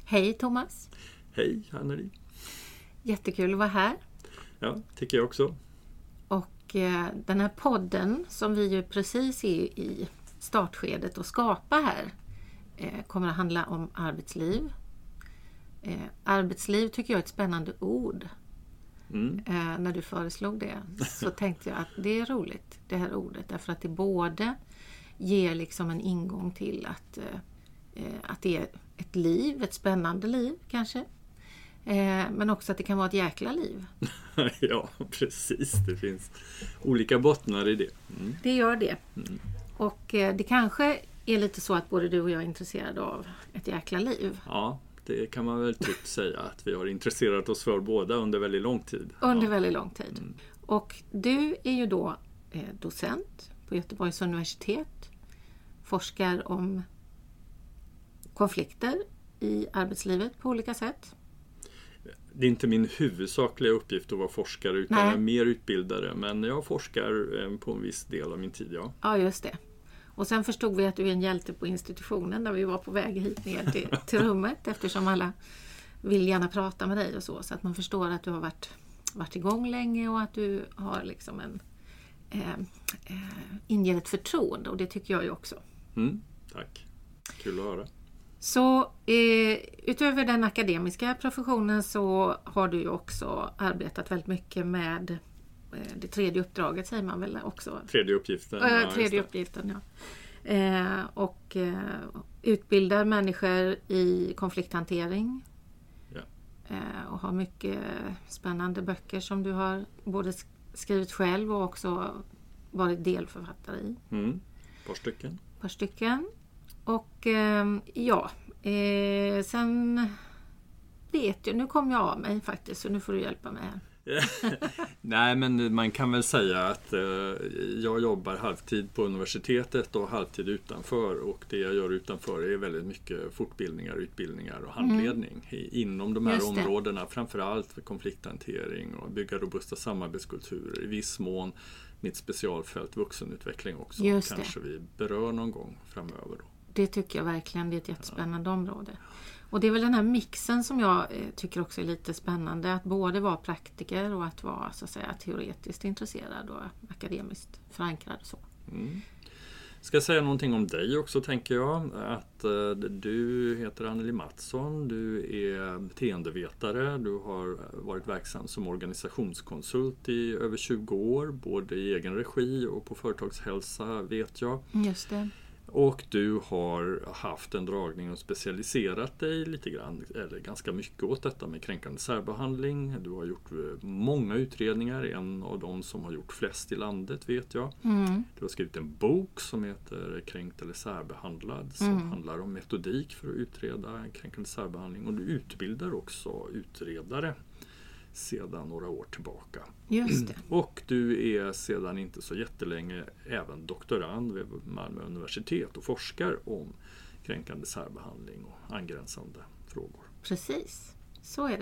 Hej Thomas. Hej Anneli. Jättekul att vara här. Ja, tycker jag också. Och den här podden som vi ju precis är i startskedet och skapa här kommer att handla om arbetsliv. Arbetsliv tycker jag är ett spännande ord. När du föreslog det så tänkte jag att det är roligt det här ordet. Därför att det både ger liksom en ingång till att det är ett liv, ett spännande liv kanske. Men också att det kan vara ett jäkla liv. Ja, precis. Det finns olika bottnar i det. Det gör det. Och det kanske är lite så att både du och jag är intresserade av ett jäkla liv. Ja, det kan man väl typ säga att vi har intresserat oss för båda under väldigt lång tid. Under väldigt lång tid. Och du är ju då docent på Göteborgs universitet. Forskar om konflikter i arbetslivet på olika sätt. Det är inte min huvudsakliga uppgift att vara forskare utan jag är mer utbildare. Men jag forskar på en viss del av min tid, ja. Ja, just det. Och sen förstod vi att du är en hjälte på institutionen när vi var på väg hit ner till rummet. Eftersom alla vill gärna prata med dig och så. Så att man förstår att du har varit igång länge och att du har liksom inger ett förtroende. Och det tycker jag ju också. Tack. Kul att höra. Så utöver den akademiska professionen så har du ju också arbetat väldigt mycket med det tredje uppdraget, säger man väl också. Tredje uppgiften. Tredje uppgiften, ja. Och utbildar människor i konflikthantering. Ja. Och har mycket spännande böcker som du har både skrivit själv och också varit delförfattare i. Par stycken. Och sen vet jag, nu kom jag av mig faktiskt så nu får du hjälpa mig här. Nej, men man kan väl säga att jag jobbar halvtid på universitetet och halvtid utanför, och det jag gör utanför är väldigt mycket fortbildningar, utbildningar och handledning inom de här områdena, framförallt för konflikthantering och bygga robusta samarbetskulturer, i viss mån mitt specialfält vuxenutveckling också. Kanske vi berör någon gång framöver då. Det tycker jag verkligen, det är ett jättespännande område. Och det är väl den här mixen som jag tycker också är lite spännande. Att både vara praktiker och att vara så att säga teoretiskt intresserad och akademiskt förankrad. Så. Ska jag säga någonting om dig också, tänker jag. Att du heter Anneli Mattsson, du är beteendevetare. Du har varit verksam som organisationskonsult i över 20 år. Både i egen regi och på företagshälsa, vet jag. Just det. Och du har haft en dragning och specialiserat dig lite grann, eller ganska mycket, åt detta med kränkande särbehandling. Du har gjort många utredningar, en av dem som har gjort flest i landet, vet jag. Du har skrivit en bok som heter Kränkt eller särbehandlad, som handlar om metodik för att utreda kränkande särbehandling. Och du utbildar också utredare sedan några år tillbaka. Just det. Och du är sedan inte så jättelänge även doktorand vid Malmö universitet och forskar om kränkande särbehandling och angränsande frågor. Precis, så är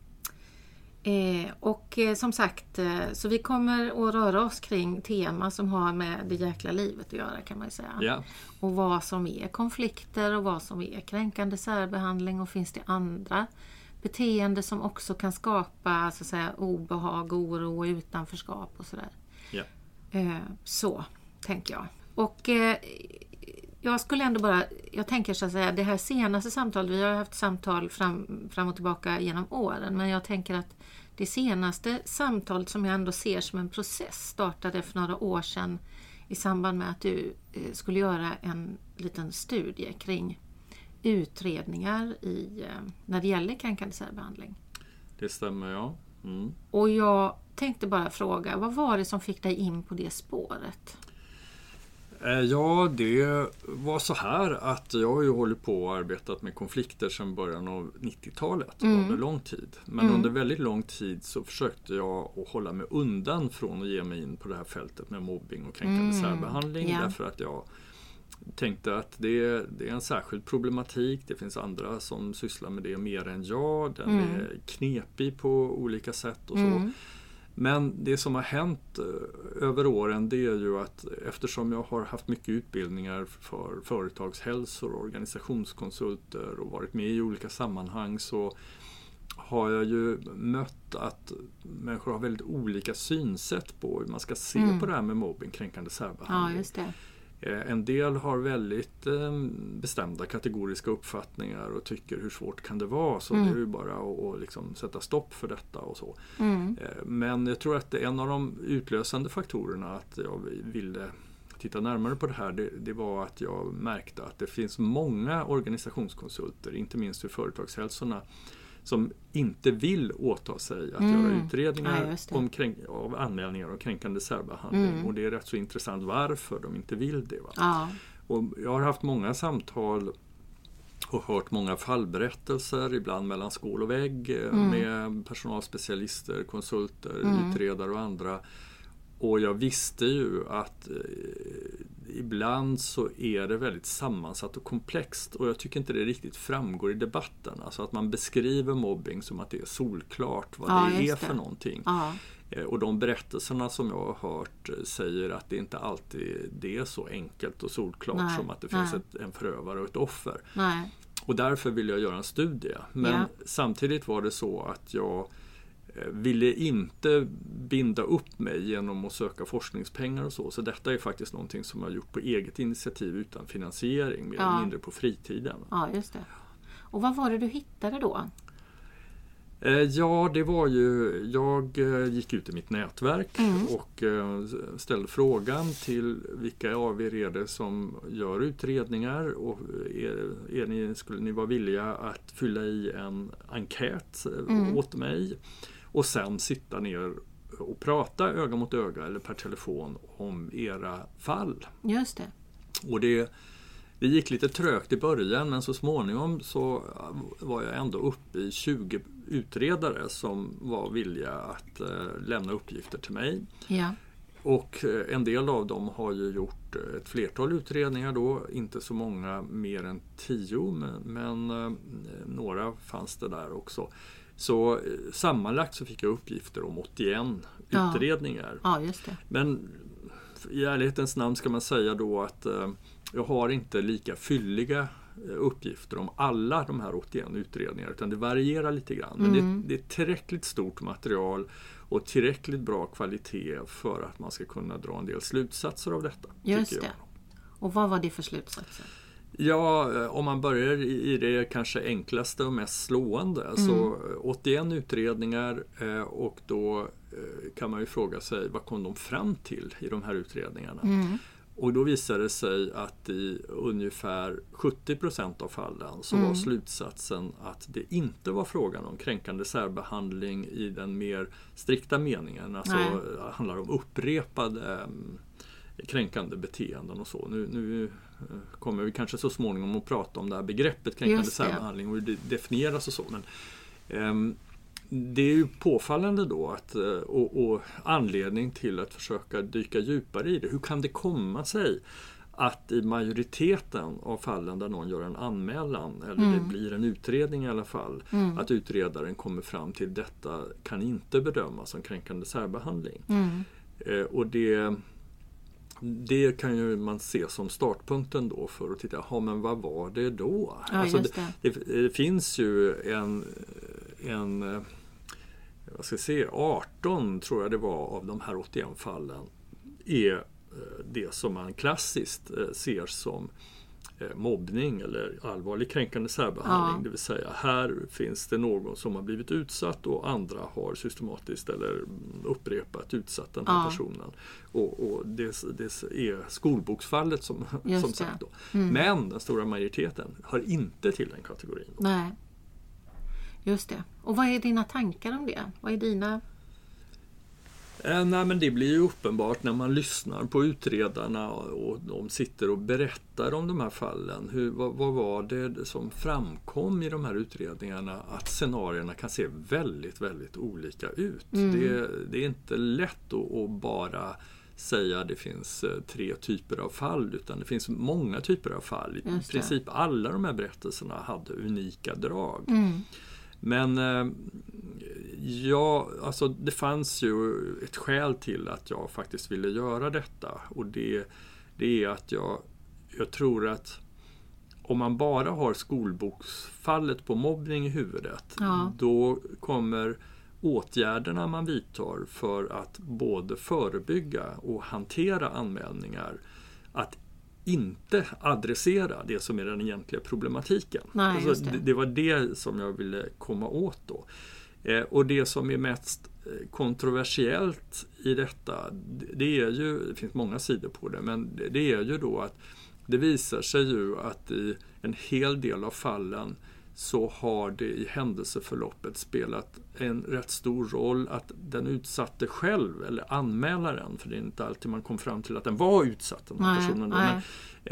det. Och som sagt, så vi kommer att röra oss kring tema som har med det jäkla livet att göra, kan man ju säga. Ja. Och vad som är konflikter och vad som är kränkande särbehandling, och finns det andra beteende som också kan skapa så att säga obehag, oro och utanförskap och sådär. Ja. Så tänker jag. Och jag skulle ändå jag tänker så att säga, det här senaste samtalet, vi har haft samtal fram och tillbaka genom åren, men jag tänker att det senaste samtalet som jag ändå ser som en process startade för några år sedan i samband med att du skulle göra en liten studie kring utredningar när det gäller kränkande särbehandling. Det stämmer, ja. Och jag tänkte bara fråga, vad var det som fick dig in på det spåret? Ja, det var så här att jag har ju hållit på och arbetat med konflikter sedan början av 90-talet under lång tid. Men under väldigt lång tid så försökte jag att hålla mig undan från att ge mig in på det här fältet med mobbing och kränkande särbehandling. Därför att jag tänkte att det är en särskild problematik. Det finns andra som sysslar med det mer än jag. Den är knepig på olika sätt och så. Men det som har hänt över åren, det är ju att eftersom jag har haft mycket utbildningar för företagshälsor och organisationskonsulter och varit med i olika sammanhang, så har jag ju mött att människor har väldigt olika synsätt på hur man ska se på det här med mobbing, kränkande särbehandling. Ja, just det. En del har väldigt bestämda kategoriska uppfattningar och tycker hur svårt kan det vara, så det är ju bara att liksom sätta stopp för detta och så. Men jag tror att en av de utlösande faktorerna att jag ville titta närmare på det här, det var att jag märkte att det finns många organisationskonsulter, inte minst för företagshälsorna, som inte vill åta sig att göra utredningar av anmälningar och kränkande särbehandling. Och det är rätt så intressant varför de inte vill det. Va? Ja. Och jag har haft många samtal och hört många fallberättelser, ibland mellan skål och vägg, med personalspecialister, konsulter, utredare och andra. Och jag visste ju att ibland så är det väldigt sammansatt och komplext, och jag tycker inte det riktigt framgår i debatten. Alltså att man beskriver mobbing som att det är solklart vad det är för någonting. Ja. Och de berättelserna som jag har hört säger att det inte alltid det är så enkelt och solklart som att det finns en förövare och ett offer. Nej. Och därför vill jag göra en studie. Men samtidigt var det så att jag ville inte binda upp mig genom att söka forskningspengar och så. Så detta är faktiskt någonting som jag har gjort på eget initiativ utan finansiering, mer eller mindre på fritiden. Ja, just det. Och vad var det du hittade då? Ja, det var ju, jag gick ut i mitt nätverk och ställde frågan till vilka av er är det som gör utredningar, och skulle ni vara villiga att fylla i en enkät åt mig och sen sitta ner och prata öga mot öga eller per telefon om era fall. Just det. Och det gick lite trögt i början, men så småningom så var jag ändå uppe i 20 utredare som var villiga att lämna uppgifter till mig. Ja. Och en del av dem har ju gjort ett flertal utredningar då, inte så många mer än 10, men några fanns det där också. Så sammanlagt så fick jag uppgifter om 81 utredningar. Ja, just det. Men i ärlighetens namn ska man säga då att jag har inte lika fylliga uppgifter om alla de här 81 utredningar, utan det varierar lite grann. Men det är tillräckligt stort material och tillräckligt bra kvalitet för att man ska kunna dra en del slutsatser av detta. Just det. Och vad var det för slutsatser? Ja, om man börjar i det kanske enklaste och mest slående. Så 81 utredningar, och då kan man ju fråga sig vad kom de fram till i de här utredningarna. Och då visade det sig att i ungefär 70% av fallen så var slutsatsen att det inte var frågan om kränkande särbehandling i den mer strikta meningen. Alltså handlar om upprepade kränkande beteenden och så. Nu kommer vi kanske så småningom att prata om det här begreppet kränkande särbehandling och hur det definieras och så. Men det är ju påfallande då att, och anledning till att försöka dyka djupare i det. Hur kan det komma sig att i majoriteten av fallen där någon gör en anmälan, eller det blir en utredning i alla fall, att utredaren kommer fram till detta kan inte bedömas som kränkande särbehandling. Och det kan ju man se som startpunkten då för att titta, men vad var det då? Ja, alltså det finns ju en jag ska se, 18 tror jag det var av de här 81 fallen är det som man klassiskt ser som mobbning eller allvarlig kränkande särbehandling. Det vill säga, här finns det någon som har blivit utsatt och andra har systematiskt eller upprepat utsatt den här personen. Och det är skolboksfallet som sagt då. Men den stora majoriteten hör inte till den kategorin. Då. Nej. Just det. Och vad är dina tankar om det? Vad är dina... Nej, men det blir ju uppenbart när man lyssnar på utredarna och de sitter och berättar om de här fallen. Vad var det som framkom i de här utredningarna? Att scenarierna kan se väldigt, väldigt olika ut. Det är inte lätt att bara säga att det finns 3 typer av fall, utan det finns många typer av fall. I princip alla de här berättelserna hade unika drag. Men alltså det fanns ju ett skäl till att jag faktiskt ville göra detta. Och det är att jag tror att om man bara har skolboksfallet på mobbning i huvudet, då kommer åtgärderna man vidtar för att både förebygga och hantera anmälningar att inte adressera det som är den egentliga problematiken. Nej, alltså, det var det som jag ville komma åt då. Och det som är mest kontroversiellt i detta, det är ju, det finns många sidor på det, men det är ju då att det visar sig ju att i en hel del av fallen så har det i händelseförloppet spelat en rätt stor roll att den utsatte själv, eller anmälaren, för det är inte alltid man kom fram till att den var utsatt, den här personen då, men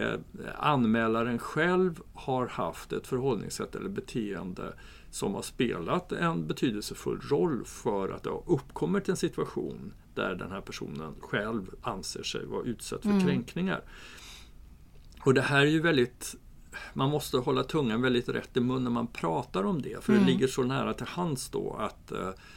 anmälaren själv har haft ett förhållningssätt eller beteende som har spelat en betydelsefull roll för att det har uppkommit en situation där den här personen själv anser sig vara utsatt för kränkningar. Och det här är ju väldigt, man måste hålla tungan väldigt rätt i mun när man pratar om det, för det ligger så nära till hands då att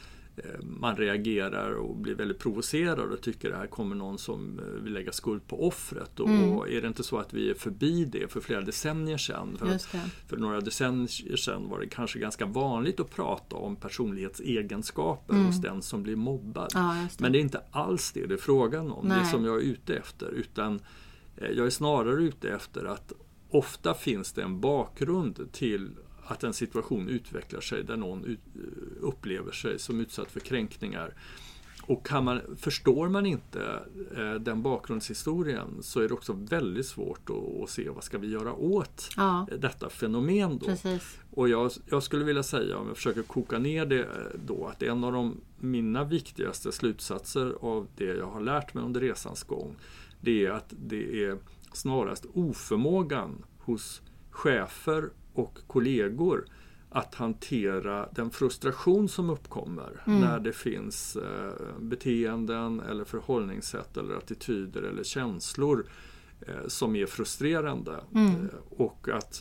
man reagerar och blir väldigt provocerad och tycker det här kommer någon som vill lägga skuld på offret. Och är det inte så att vi är förbi det för flera decennier sedan? För några decennier sedan var det kanske ganska vanligt att prata om personlighetsegenskaper hos den som blir mobbad. Men det är inte alls det är frågan om. Det som jag är ute efter, utan jag är snarare ute efter att ofta finns det en bakgrund till att en situation utvecklar sig där någon upplever sig som utsatt för kränkningar. Och förstår man inte den bakgrundshistorien, så är det också väldigt svårt att se vad ska vi göra åt detta fenomen då. Precis. Och jag skulle vilja säga, om jag försöker koka ner det då, att en av mina viktigaste slutsatser av det jag har lärt mig under resans gång, det är att det är snarast oförmågan hos chefer och kollegor att hantera den frustration som uppkommer när det finns beteenden eller förhållningssätt eller attityder eller känslor som är frustrerande. Och att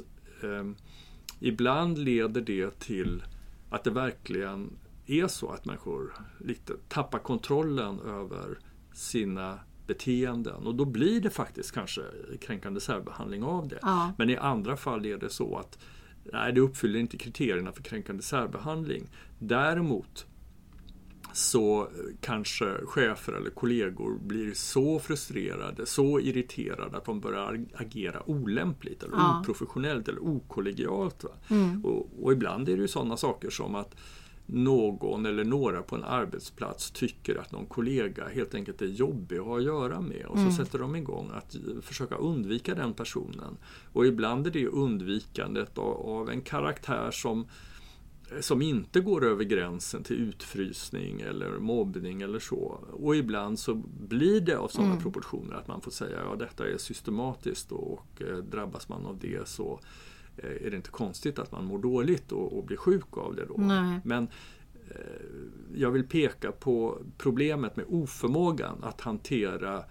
ibland leder det till att det verkligen är så att människor lite tappar kontrollen över sina beteenden, och då blir det faktiskt kanske kränkande särbehandling av det. Men i andra fall är det så att det uppfyller inte kriterierna för kränkande särbehandling. Däremot så kanske chefer eller kollegor blir så frustrerade, så irriterade att de börjar agera olämpligt eller oprofessionellt eller okollegialt. Och ibland är det ju sådana saker som att någon eller några på en arbetsplats tycker att någon kollega helt enkelt är jobbig att ha att göra med, och så sätter de igång att försöka undvika den personen. Och ibland är det undvikandet av en karaktär som inte går över gränsen till utfrysning eller mobbning eller så. Och ibland så blir det av sådana proportioner att man får säga att detta är systematiskt, och drabbas man av det så är det inte konstigt att man mår dåligt och blir sjuk av det då. Nej. Men jag vill peka på problemet med oförmågan att hantera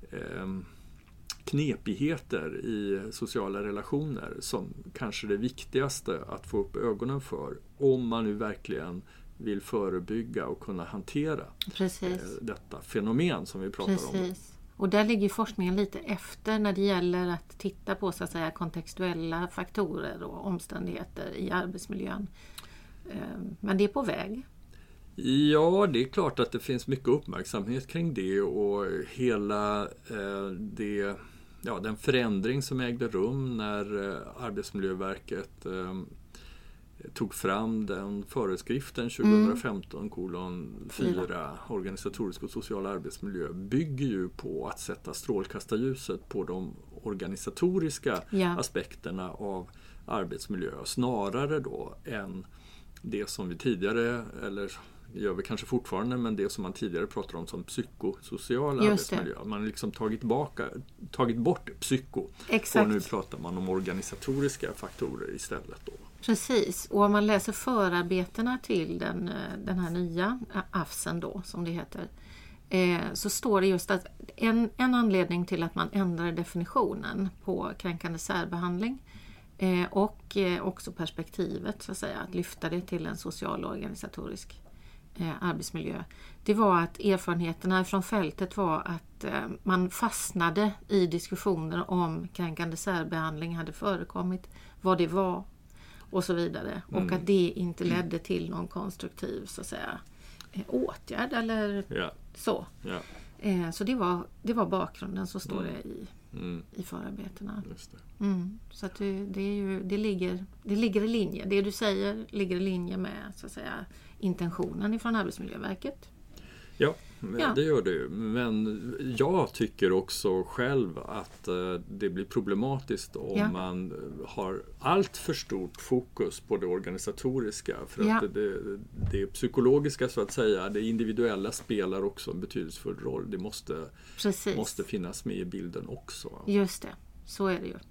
knepigheter i sociala relationer som kanske det viktigaste att få upp ögonen för, om man nu verkligen vill förebygga och kunna hantera detta fenomen som vi pratar om. Och där ligger forskningen lite efter när det gäller att titta på så att säga kontextuella faktorer och omständigheter i arbetsmiljön. Men det är på väg. Ja, det är klart att det finns mycket uppmärksamhet kring det, och hela den förändring som ägde rum när Arbetsmiljöverket tog fram den föreskriften 2015:4 organisatorisk och social arbetsmiljö bygger ju på att sätta strålkastarljuset på de organisatoriska aspekterna av arbetsmiljö, snarare då än det som vi tidigare, eller gör vi kanske fortfarande, men det som man tidigare pratade om som psykosocial arbetsmiljö. Man har liksom tagit bort psyko. Exakt. Och nu pratar man om organisatoriska faktorer istället då. Precis, och om man läser förarbetena till den här nya AFSen då, som det heter, så står det just att en anledning till att man ändrar definitionen på kränkande särbehandling, Och också perspektivet, så att säga, att lyfta det till en social och organisatorisk arbetsmiljö. Det var att erfarenheterna från fältet var att man fastnade i diskussioner om kränkande särbehandling hade förekommit, vad det var och så vidare. Och att det inte ledde till någon konstruktiv, så att säga, åtgärd eller så. Ja. Så det var bakgrunden, så står det i förarbetena. Just det. Så att det ligger i linje. Det du säger ligger i linje med, så att säga, intentionen ifrån Arbetsmiljöverket. Ja, det gör det ju. Men jag tycker också själv att det blir problematiskt om man har allt för stort fokus på det organisatoriska. För att det psykologiska, så att säga, det individuella spelar också en betydelsefull roll. Det måste finnas med i bilden också. Just det, så är det ju.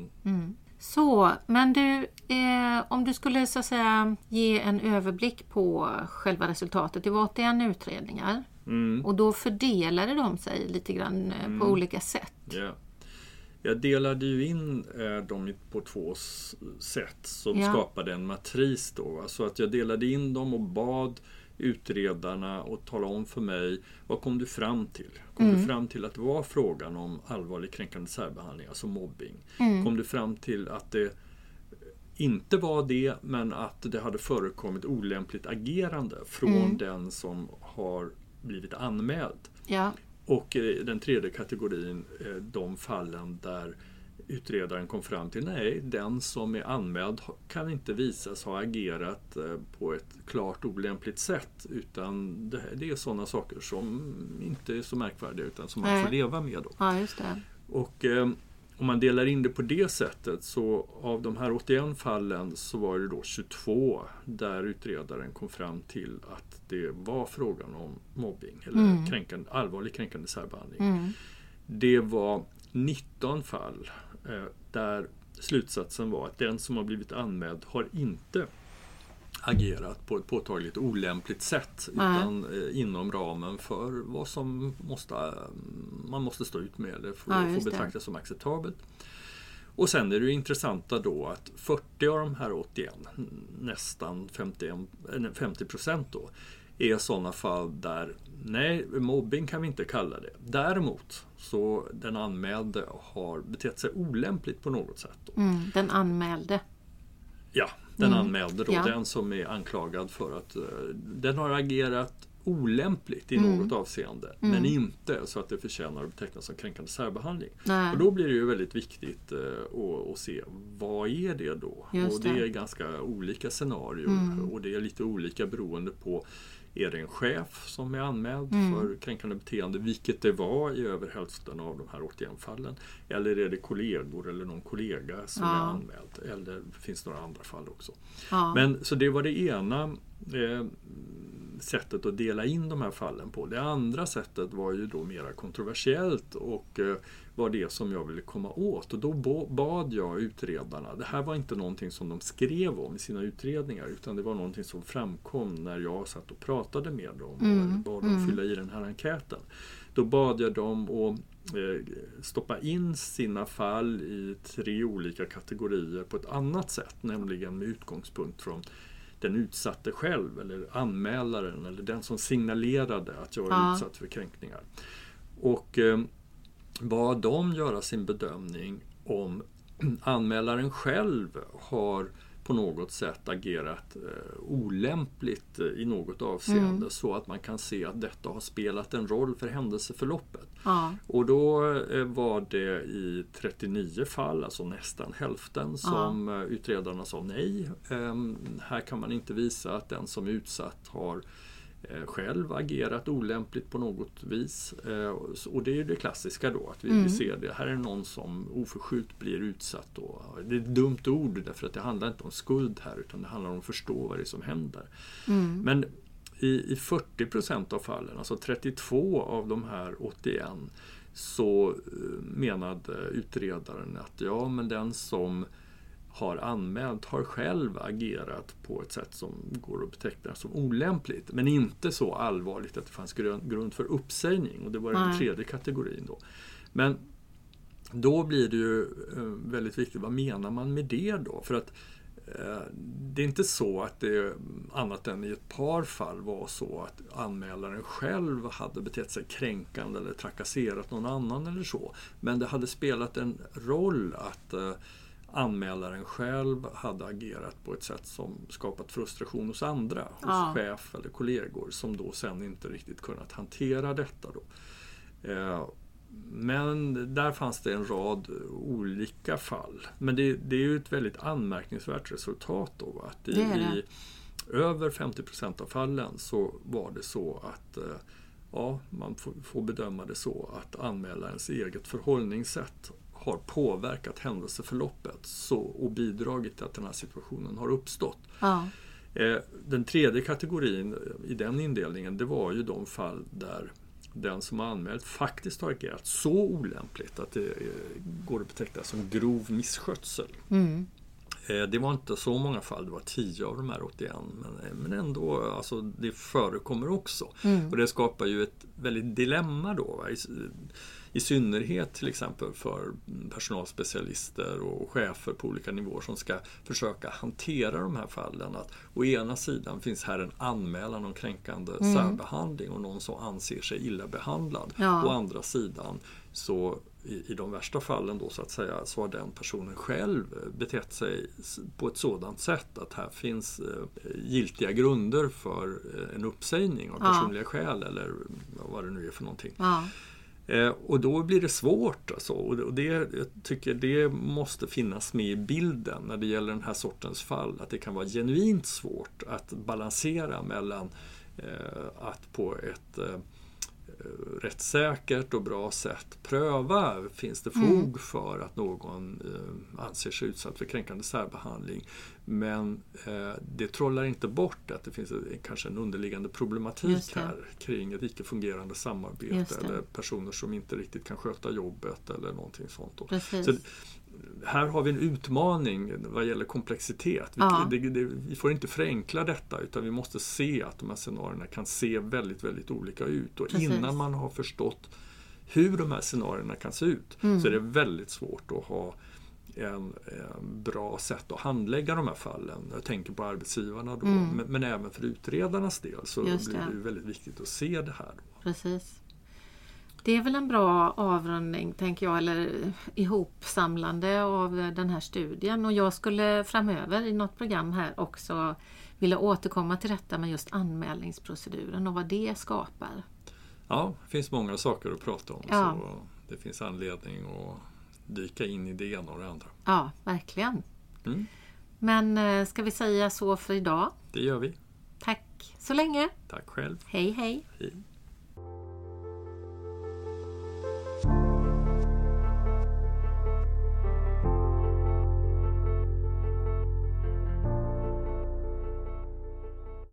Så, men du, om du skulle, så att säga, ge en överblick på själva resultatet. Det var 81 utredningar och då fördelade de sig lite grann på olika sätt. Ja. Jag delade ju in dem på 2 sätt som skapade en matris då. Alltså att jag delade in dem och bad utredarna och tala om för mig, vad kom du fram till? Kom du fram till att det var frågan om allvarlig kränkande särbehandling, alltså mobbing? Kom du fram till att det inte var det, men att det hade förekommit olämpligt agerande från den som har blivit anmäld? Ja. Och den tredje kategorin, de fallen där utredaren kom fram till nej, den som är anmäld kan inte visas ha agerat på ett klart olämpligt sätt, utan det är sådana saker som inte är så märkvärdiga utan som man får leva med då. Ja, just det. Och om man delar in det på det sättet, så av de här 81 fallen så var det då 22 där utredaren kom fram till att det var frågan om mobbing eller allvarlig kränkande särbehandling. Det var 19 fall där slutsatsen var att den som har blivit anmäld har inte agerat på ett påtagligt olämpligt sätt utan inom ramen för vad som man måste stå ut med eller får betraktas som acceptabelt. Och sen är det intressanta då att 40 av de här 81, nästan 50% då, är sådana fall där nej, mobbing kan vi inte kalla det. Däremot så den anmälde har betett sig olämpligt på något sätt då. Den anmälde? Ja, den anmälde då. Den som är anklagad för att den har agerat olämpligt i något avseende, men inte så att det förtjänar att betecknas som kränkande särbehandling. Och då blir det ju väldigt viktigt att se, vad är det då? Och det är ganska olika scenarier och det är lite olika beroende på, är det en chef som är anmäld för kränkande beteende, vilket det var i över hälften av de här 81 fallen, eller är det kollegor eller någon kollega som är anmäld, eller finns några andra fall också. Men så det var det ena sättet att dela in de här fallen på. Det andra sättet var ju då mera kontroversiellt och var det som jag ville komma åt. Och då bad jag utredarna, det här var inte någonting som de skrev om i sina utredningar, utan det var någonting som framkom när jag satt och pratade med dem och bad dem fylla i den här enkäten. Då bad jag dem att stoppa in sina fall i 3 olika kategorier på ett annat sätt, nämligen med utgångspunkt från den utsatte själv eller anmälaren eller den som signalerade att jag är utsatt för kränkningar. Och bad de göra sin bedömning om anmälaren själv har på något sätt agerat olämpligt i något avseende så att man kan se att detta har spelat en roll för händelseförloppet. Och då var det i 39 fall, alltså nästan hälften, som utredarna sa nej. Här kan man inte visa att den som är utsatt har själv agerat olämpligt på något vis. Och det är ju det klassiska då, att vi ser det. Här är någon som oförskyllt blir utsatt då. Det är ett dumt ord därför att det handlar inte om skuld här, utan det handlar om att förstå vad det är som händer. Men i 40% av fallen, alltså 32 av de här 81, så menade utredaren att ja, men den som har anmält har själv agerat på ett sätt som går att beteckna som olämpligt, men inte så allvarligt att det fanns grund för uppsägning, och det var den tredje kategorin då. Men då blir det ju väldigt viktigt, vad menar man med det då? För att det är inte så att det annat än i ett par fall var så att anmälaren själv hade betett sig kränkande eller trakasserat någon annan eller så. Men det hade spelat en roll att anmälaren själv hade agerat på ett sätt som skapat frustration hos andra, hos chef eller kollegor som då sen inte riktigt kunnat hantera detta då. Men där fanns det en rad olika fall. Men det är ju ett väldigt anmärkningsvärt resultat då. Att i över 50% av fallen så var det så att man får bedöma det så att anmälarens eget förhållningssätt har påverkat händelseförloppet och bidragit till att den här situationen har uppstått. Ja. Den tredje kategorin i den indelningen, det var ju de fall där den som har anmält faktiskt har agerat så olämpligt att det går att beteckna som grov misskötsel. Mm. Det var inte så många fall, det var 10 av de här 81, men ändå, alltså, det förekommer också. Mm. Och det skapar ju ett väldigt dilemma då, i synnerhet till exempel för personalspecialister och chefer på olika nivåer som ska försöka hantera de här fallen. Att å ena sidan finns här en anmälan om kränkande särbehandling och någon som anser sig illa behandlad. Ja. Å andra sidan så i de värsta fallen då så att säga så har den personen själv betett sig på ett sådant sätt att här finns giltiga grunder för en uppsägning av personliga skäl eller vad det nu är för någonting. Ja. Och då blir det svårt alltså. Och jag tycker det måste finnas med i bilden när det gäller den här sortens fall, att det kan vara genuint svårt att balansera mellan att på ett rättssäkert och bra sätt pröva, finns det fog för att någon anser sig utsatt för kränkande särbehandling, men det trollar inte bort att det finns kanske en underliggande problematik här kring ett icke-fungerande samarbete eller personer som inte riktigt kan sköta jobbet eller någonting sånt. Så här har vi en utmaning vad gäller komplexitet. Vi får inte förenkla detta, utan vi måste se att de här scenarierna kan se väldigt, väldigt olika ut. Och innan man har förstått hur de här scenarierna kan se ut så är det väldigt svårt att ha en bra sätt att handlägga de här fallen. Jag tänker på arbetsgivarna då, men även för utredarnas del så blir det väldigt viktigt att se det här då. Precis. Det är väl en bra avrundning, tänker jag, eller ihopsamlande av den här studien. Och jag skulle framöver i något program här också vilja återkomma till detta med just anmälningsproceduren och vad det skapar. Ja, det finns många saker att prata om. Ja. Så det finns anledning att dyka in i det ena och det andra. Ja, verkligen. Men ska vi säga så för idag? Det gör vi. Tack så länge. Tack själv. Hej, hej. Hej.